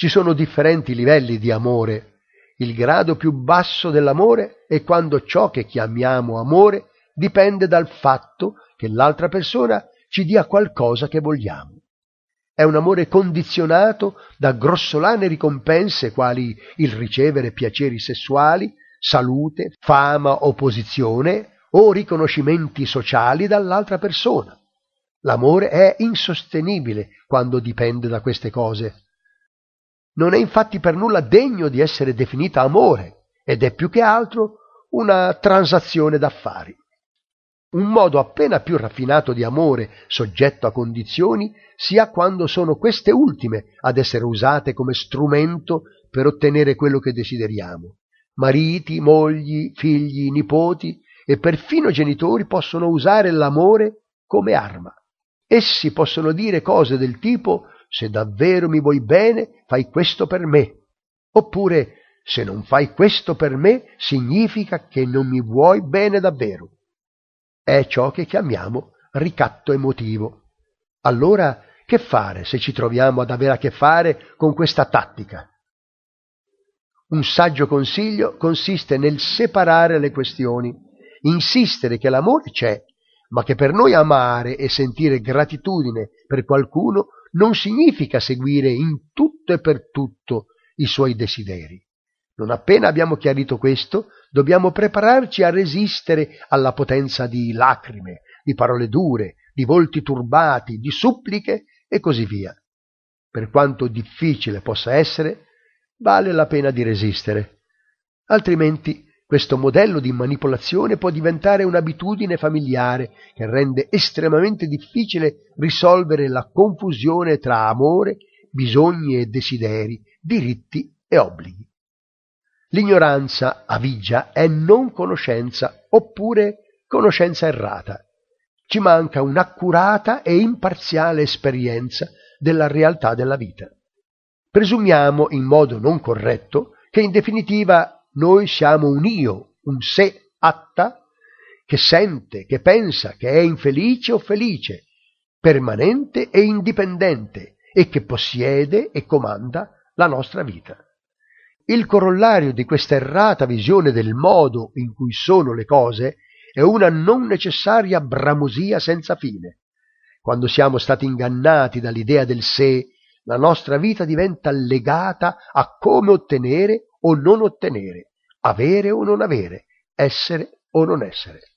Ci sono differenti livelli di amore. Il grado più basso dell'amore è quando ciò che chiamiamo amore dipende dal fatto che l'altra persona ci dia qualcosa che vogliamo. È un amore condizionato da grossolane ricompense quali il ricevere piaceri sessuali, salute, fama o posizione o riconoscimenti sociali dall'altra persona. L'amore è insostenibile quando dipende da queste cose. Non è infatti per nulla degno di essere definita amore ed è più che altro una transazione d'affari. Un modo appena più raffinato di amore soggetto a condizioni si ha quando sono queste ultime ad essere usate come strumento per ottenere quello che desideriamo. Mariti, mogli, figli, nipoti e perfino genitori possono usare l'amore come arma. Essi possono dire cose del tipo: se davvero mi vuoi bene, fai questo per me. Oppure, se non fai questo per me, significa che non mi vuoi bene davvero. È ciò che chiamiamo ricatto emotivo. Allora, che fare se ci troviamo ad avere a che fare con questa tattica? Un saggio consiglio consiste nel separare le questioni, insistere che l'amore c'è, ma che per noi amare e sentire gratitudine per qualcuno non significa seguire in tutto e per tutto i suoi desideri. Non appena abbiamo chiarito questo, dobbiamo prepararci a resistere alla potenza di lacrime, di parole dure, di volti turbati, di suppliche e così via. Per quanto difficile possa essere, vale la pena di resistere. Altrimenti questo modello di manipolazione può diventare un'abitudine familiare che rende estremamente difficile risolvere la confusione tra amore, bisogni e desideri, diritti e obblighi. L'ignoranza avigia è non conoscenza oppure conoscenza errata. Ci manca un'accurata e imparziale esperienza della realtà della vita. Presumiamo in modo non corretto che in definitiva noi siamo un io, un sé atta, che sente, che pensa, che è infelice o felice, permanente e indipendente e che possiede e comanda la nostra vita. Il corollario di questa errata visione del modo in cui sono le cose è una non necessaria bramosia senza fine. Quando siamo stati ingannati dall'idea del sé, la nostra vita diventa legata a come ottenere o non ottenere, avere o non avere, essere o non essere.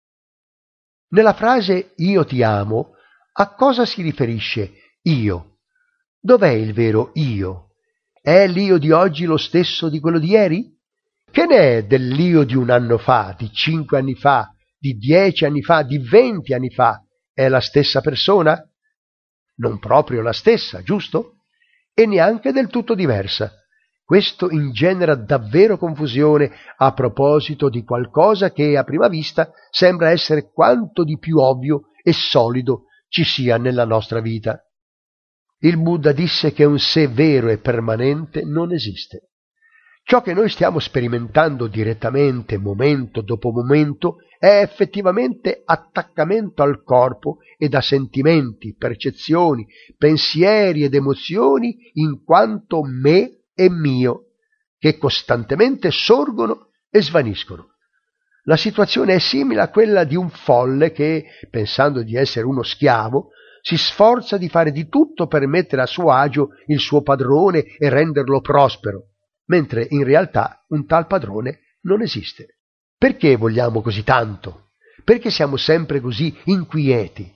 Nella frase io ti amo, a cosa si riferisce io? Dov'è il vero io? È l'io di oggi lo stesso di quello di ieri? Che ne è dell'io di un anno fa, di 5 anni fa, di 10 anni fa, di 20 anni fa? È la stessa persona? Non proprio la stessa, giusto? E neanche del tutto diversa. Questo ingenera davvero confusione a proposito di qualcosa che a prima vista sembra essere quanto di più ovvio e solido ci sia nella nostra vita. Il Buddha disse che un sé vero e permanente non esiste. Ciò che noi stiamo sperimentando direttamente, momento dopo momento, è effettivamente attaccamento al corpo e da sentimenti, percezioni, pensieri ed emozioni in quanto me e mio, che costantemente sorgono e svaniscono. La situazione è simile a quella di un folle che, pensando di essere uno schiavo, si sforza di fare di tutto per mettere a suo agio il suo padrone e renderlo prospero, mentre in realtà un tal padrone non esiste. Perché vogliamo così tanto? Perché siamo sempre così inquieti?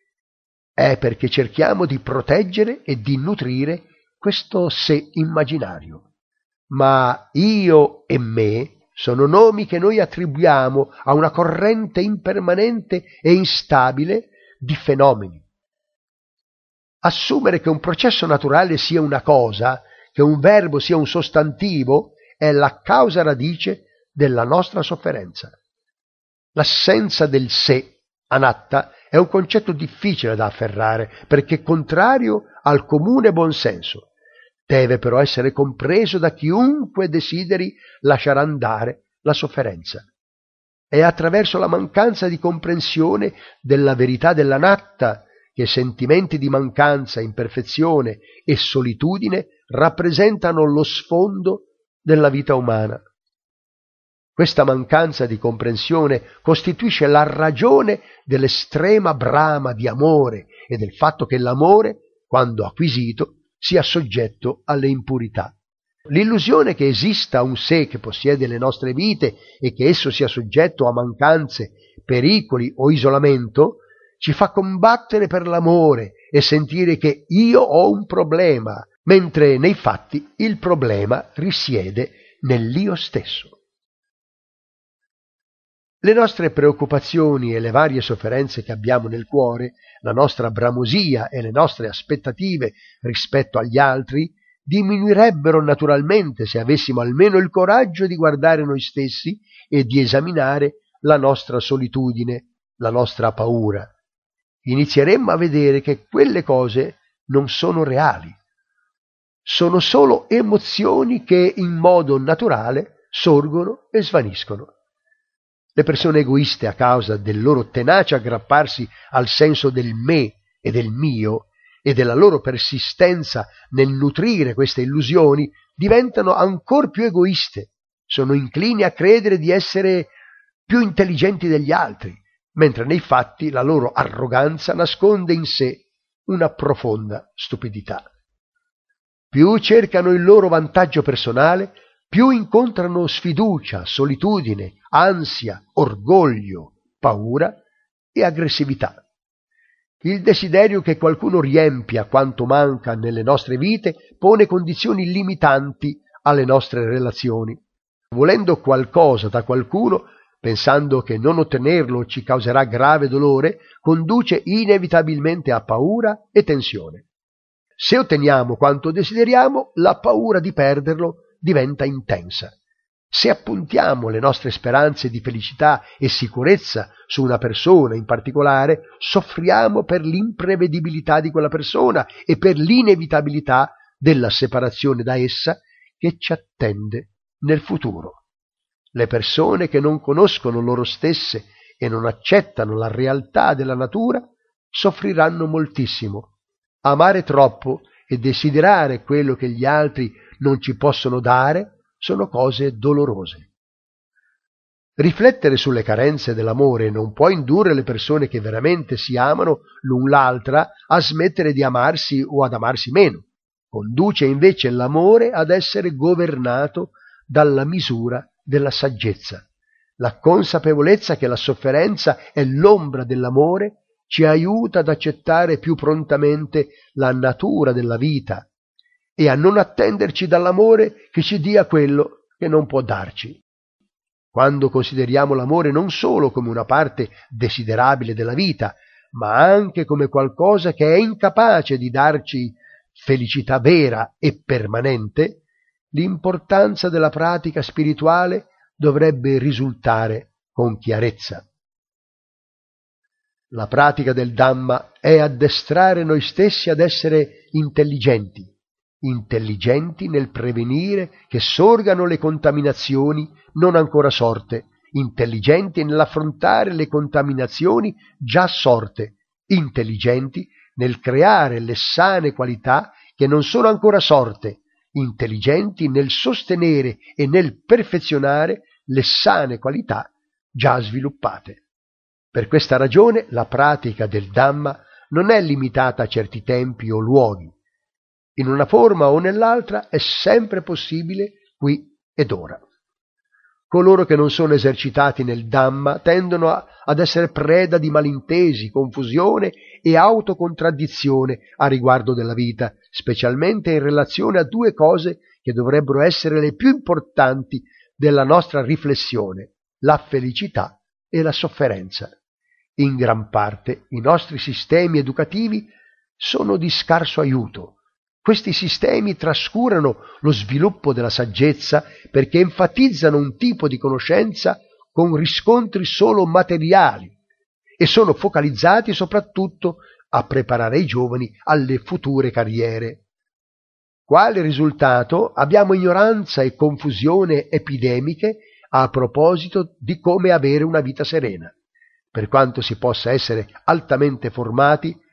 È perché cerchiamo di proteggere e di nutrire questo sé immaginario. Ma io e me sono nomi che noi attribuiamo a una corrente impermanente e instabile di fenomeni. Assumere che un processo naturale sia una cosa, che un verbo sia un sostantivo, è la causa radice della nostra sofferenza. L'assenza del sé, anatta, è un concetto difficile da afferrare perché contrario al comune buonsenso. Deve però essere compreso da chiunque desideri lasciare andare la sofferenza. È attraverso la mancanza di comprensione della verità dell'anatta che sentimenti di mancanza, imperfezione e solitudine rappresentano lo sfondo della vita umana. Questa mancanza di comprensione costituisce la ragione dell'estrema brama di amore e del fatto che l'amore, quando acquisito, sia soggetto alle impurità. L'illusione che esista un sé che possiede le nostre vite e che esso sia soggetto a mancanze, pericoli o isolamento ci fa combattere per l'amore e sentire che io ho un problema, mentre nei fatti il problema risiede nell'io stesso. Le nostre preoccupazioni e le varie sofferenze che abbiamo nel cuore, la nostra bramosia e le nostre aspettative rispetto agli altri diminuirebbero naturalmente se avessimo almeno il coraggio di guardare noi stessi e di esaminare la nostra solitudine, la nostra paura. Inizieremmo a vedere che quelle cose non sono reali. Sono solo emozioni che in modo naturale sorgono e svaniscono. Le persone egoiste, a causa del loro tenace aggrapparsi al senso del me e del mio e della loro persistenza nel nutrire queste illusioni, diventano ancor più egoiste, sono inclini a credere di essere più intelligenti degli altri, mentre nei fatti la loro arroganza nasconde in sé una profonda stupidità. Più cercano il loro vantaggio personale, più incontrano sfiducia, solitudine, ansia, orgoglio, paura e aggressività. Il desiderio che qualcuno riempia quanto manca nelle nostre vite pone condizioni limitanti alle nostre relazioni. Volendo qualcosa da qualcuno, pensando che non ottenerlo ci causerà grave dolore, conduce inevitabilmente a paura e tensione. Se otteniamo quanto desideriamo, la paura di perderlo diventa intensa. Se appuntiamo le nostre speranze di felicità e sicurezza su una persona in particolare, soffriamo per l'imprevedibilità di quella persona e per l'inevitabilità della separazione da essa che ci attende nel futuro. Le persone che non conoscono loro stesse e non accettano la realtà della natura soffriranno moltissimo. Amare troppo e desiderare quello che gli altri non ci possono dare sono cose dolorose. Riflettere sulle carenze dell'amore non può indurre le persone che veramente si amano l'un l'altra a smettere di amarsi o ad amarsi meno. Conduce invece l'amore ad essere governato dalla misura della saggezza. La consapevolezza che la sofferenza è l'ombra dell'amore ci aiuta ad accettare più prontamente la natura della vita e a non attenderci dall'amore che ci dia quello che non può darci. Quando consideriamo l'amore non solo come una parte desiderabile della vita, ma anche come qualcosa che è incapace di darci felicità vera e permanente, l'importanza della pratica spirituale dovrebbe risultare con chiarezza. La pratica del Dhamma è addestrare noi stessi ad essere intelligenti nel prevenire che sorgano le contaminazioni non ancora sorte, intelligenti nell'affrontare le contaminazioni già sorte, intelligenti nel creare le sane qualità che non sono ancora sorte, intelligenti nel sostenere e nel perfezionare le sane qualità già sviluppate. Per questa ragione la pratica del Dhamma non è limitata a certi tempi o luoghi. In una forma o nell'altra è sempre possibile qui ed ora. Coloro che non sono esercitati nel Dhamma tendono ad essere preda di malintesi, confusione e autocontraddizione a riguardo della vita, specialmente in relazione a due cose che dovrebbero essere le più importanti della nostra riflessione, la felicità e la sofferenza. In gran parte i nostri sistemi educativi sono di scarso aiuto. Questi sistemi trascurano lo sviluppo della saggezza perché enfatizzano un tipo di conoscenza con riscontri solo materiali e sono focalizzati soprattutto a preparare i giovani alle future carriere. Quale risultato? Abbiamo ignoranza e confusione epidemiche a proposito di come avere una vita serena. Per quanto si possa essere altamente formati,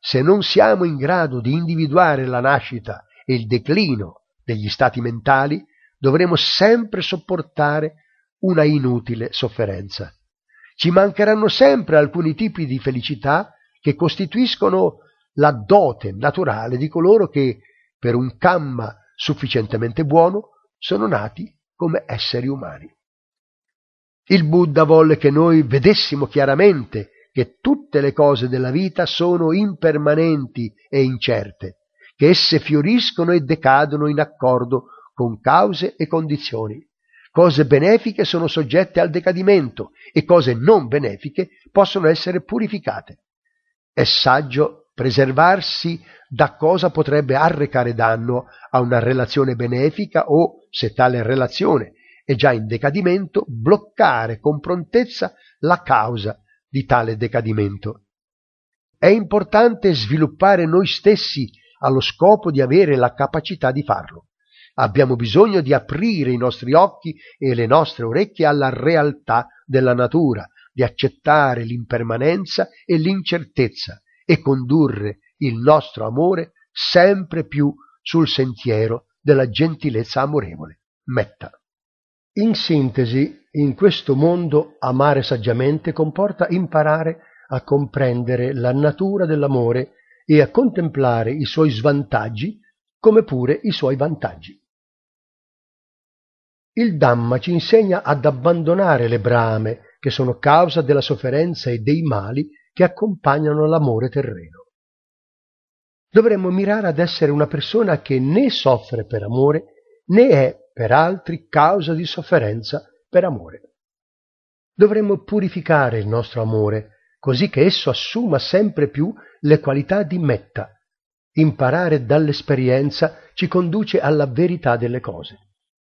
se non siamo in grado di individuare la nascita e il declino degli stati mentali, dovremo sempre sopportare una inutile sofferenza. Ci mancheranno sempre alcuni tipi di felicità che costituiscono la dote naturale di coloro che, per un Kamma sufficientemente buono, sono nati come esseri umani. Il Buddha volle che noi vedessimo chiaramente che tutte le cose della vita sono impermanenti e incerte, che esse fioriscono e decadono in accordo con cause e condizioni. Cose benefiche sono soggette al decadimento e cose non benefiche possono essere purificate. È saggio preservarsi da cosa potrebbe arrecare danno a una relazione benefica o, se tale relazione è già in decadimento, bloccare con prontezza la causa di tale decadimento. È importante sviluppare noi stessi allo scopo di avere la capacità di farlo. Abbiamo bisogno di aprire i nostri occhi e le nostre orecchie alla realtà della natura, di accettare l'impermanenza e l'incertezza e condurre il nostro amore sempre più sul sentiero della gentilezza amorevole. Metta. In sintesi, in questo mondo amare saggiamente comporta imparare a comprendere la natura dell'amore e a contemplare i suoi svantaggi come pure i suoi vantaggi. Il Dhamma ci insegna ad abbandonare le brame che sono causa della sofferenza e dei mali che accompagnano l'amore terreno. Dovremmo mirare ad essere una persona che né soffre per amore né è per altri causa di sofferenza per amore. Dovremmo purificare il nostro amore, così che esso assuma sempre più le qualità di metta. Imparare dall'esperienza ci conduce alla verità delle cose.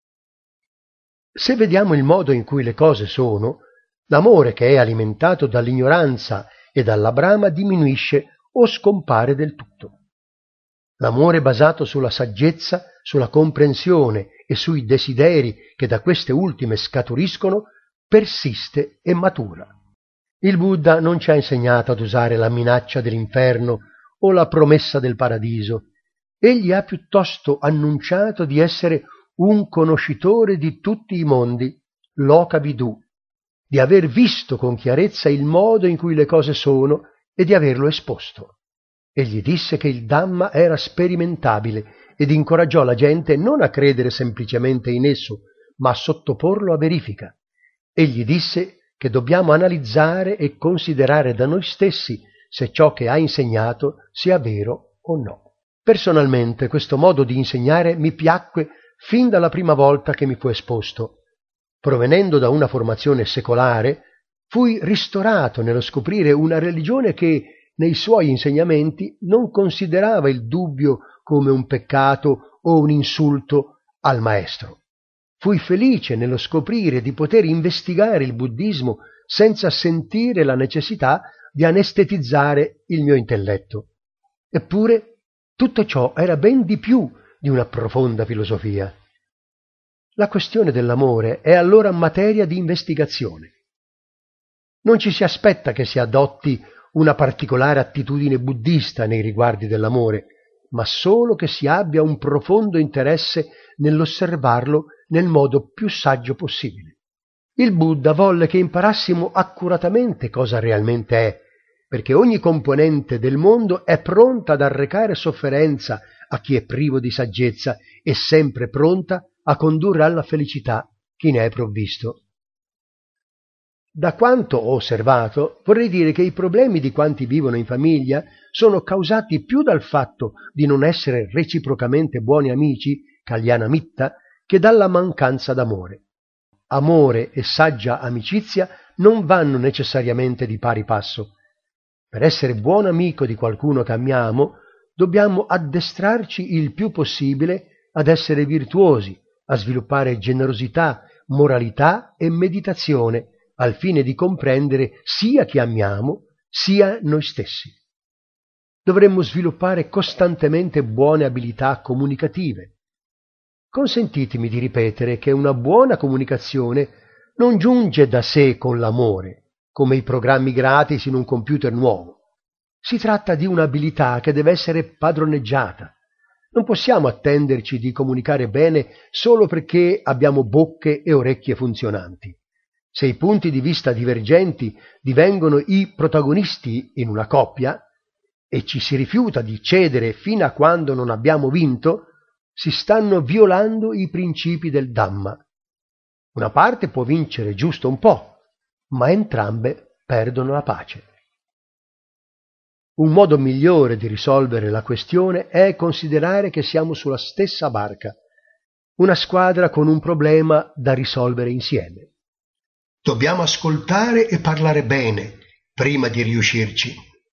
Se vediamo il modo in cui le cose sono, l'amore che è alimentato dall'ignoranza e dalla brama diminuisce o scompare del tutto. L'amore basato sulla saggezza, sulla comprensione e sui desideri che da queste ultime scaturiscono, persiste e matura. Il Buddha non ci ha insegnato ad usare la minaccia dell'inferno o la promessa del paradiso. Egli ha piuttosto annunciato di essere un conoscitore di tutti i mondi, Loka Vidu, di aver visto con chiarezza il modo in cui le cose sono e di averlo esposto. Egli disse che il Dhamma era sperimentabile ed incoraggiò la gente non a credere semplicemente in esso, ma a sottoporlo a verifica. Egli disse che dobbiamo analizzare e considerare da noi stessi se ciò che ha insegnato sia vero o no. Personalmente questo modo di insegnare mi piacque fin dalla prima volta che mi fu esposto. Provenendo da una formazione secolare, fui ristorato nello scoprire una religione che, nei suoi insegnamenti, non considerava il dubbio come un peccato o un insulto al maestro. Fui felice nello scoprire di poter investigare il buddismo senza sentire la necessità di anestetizzare il mio intelletto. Eppure, tutto ciò era ben di più di una profonda filosofia. La questione dell'amore è allora materia di investigazione. Non ci si aspetta che si adotti una particolare attitudine buddista nei riguardi dell'amore, ma solo che si abbia un profondo interesse nell'osservarlo nel modo più saggio possibile. Il Buddha volle che imparassimo accuratamente cosa realmente è, perché ogni componente del mondo è pronta ad arrecare sofferenza a chi è privo di saggezza e sempre pronta a condurre alla felicità chi ne è provvisto. Da quanto ho osservato, vorrei dire che i problemi di quanti vivono in famiglia sono causati più dal fatto di non essere reciprocamente buoni amici, kalyana mitta, che dalla mancanza d'amore. Amore e saggia amicizia non vanno necessariamente di pari passo. Per essere buon amico di qualcuno che amiamo, dobbiamo addestrarci il più possibile ad essere virtuosi, a sviluppare generosità, moralità e meditazione, al fine di comprendere sia chi amiamo, sia noi stessi. Dovremmo sviluppare costantemente buone abilità comunicative. Consentitemi di ripetere che una buona comunicazione non giunge da sé con l'amore, come i programmi gratis in un computer nuovo. Si tratta di un'abilità che deve essere padroneggiata. Non possiamo attenderci di comunicare bene solo perché abbiamo bocche e orecchie funzionanti. Se i punti di vista divergenti divengono i protagonisti in una coppia e ci si rifiuta di cedere fino a quando non abbiamo vinto, si stanno violando i principi del Dhamma. Una parte può vincere giusto un po', ma entrambe perdono la pace. Un modo migliore di risolvere la questione è considerare che siamo sulla stessa barca, una squadra con un problema da risolvere insieme. Dobbiamo ascoltare e parlare bene prima di riuscirci.